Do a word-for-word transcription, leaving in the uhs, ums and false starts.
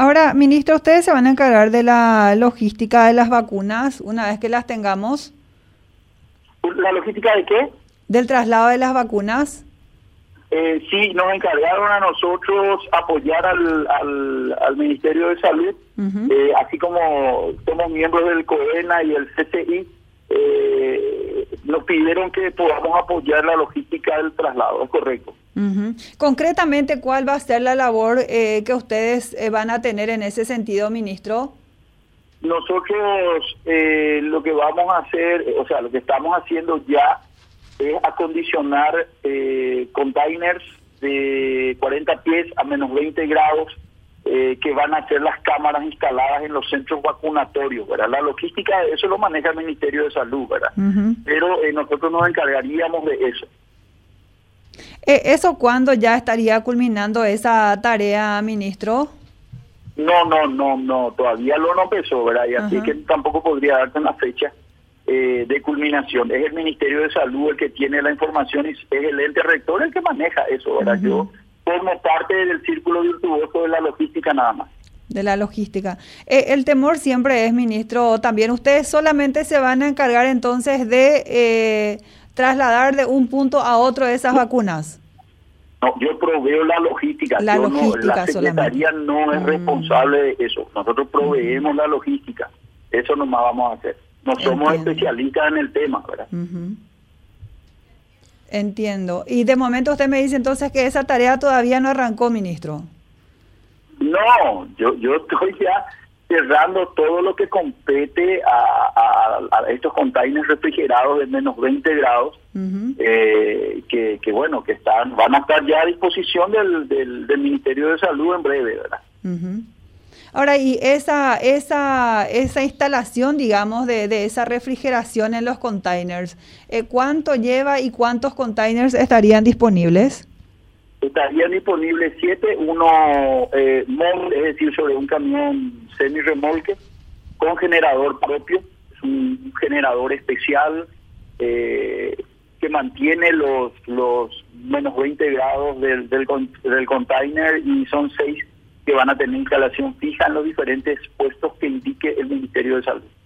Ahora, ministro, ¿ustedes se van a encargar de la logística de las vacunas una vez que las tengamos? ¿La logística de qué? ¿Del traslado de las vacunas? Eh, sí, nos encargaron a nosotros apoyar al, al, al Ministerio de Salud, uh-huh. eh, así como somos miembros del COENA y el C C I, eh, nos pidieron que podamos apoyar la logística del traslado, es correcto. Uh-huh. Concretamente, ¿cuál va a ser la labor eh, que ustedes eh, van a tener en ese sentido, ministro? Nosotros eh, lo que vamos a hacer, o sea, lo que estamos haciendo ya es acondicionar eh, containers de cuarenta pies a menos veinte grados eh, que van a ser las cámaras instaladas en los centros vacunatorios, ¿verdad? La logística, eso lo maneja el Ministerio de Salud, ¿verdad? Uh-huh. Pero eh, nosotros nos encargaríamos de eso. Eh, ¿Eso cuándo ya estaría culminando esa tarea, ministro? No, no, no, no, todavía lo no empezó, ¿verdad? Y así uh-huh. que tampoco podría darte una fecha eh, de culminación. Es el Ministerio de Salud el que tiene la información y es el ente rector el que maneja eso, ¿verdad? Uh-huh. Yo formo parte del círculo virtuoso de la logística nada más. De la logística. Eh, el temor siempre es, ministro, también ustedes solamente se van a encargar entonces de eh, trasladar de un punto a otro esas vacunas. No, yo proveo la logística. La yo logística no, la Secretaría solamente. no es mm. responsable de eso. Nosotros proveemos mm. la logística. Eso nomás vamos a hacer. No somos Entiendo. especialistas en el tema, ¿verdad? Uh-huh. Entiendo. Y de momento usted me dice entonces que esa tarea todavía no arrancó, ministro. No, yo yo estoy ya cerrando todo lo que compete a, a, a estos containers refrigerados de menos veinte grados, uh-huh. eh, que, que bueno, que están van a estar ya a disposición del, del, del Ministerio de Salud en breve, ¿verdad? Uh-huh. Ahora, y esa esa esa instalación, digamos, de, de esa refrigeración en los containers, eh, ¿cuánto lleva y cuántos containers estarían disponibles? Estarían disponibles siete, uno eh, mon, es decir, sobre un camión semi-remolque con generador propio. Es un generador especial eh, que mantiene los los menos veinte grados del, del, del container, y son seis que van a tener instalación fija en los diferentes puestos que indique el Ministerio de Salud.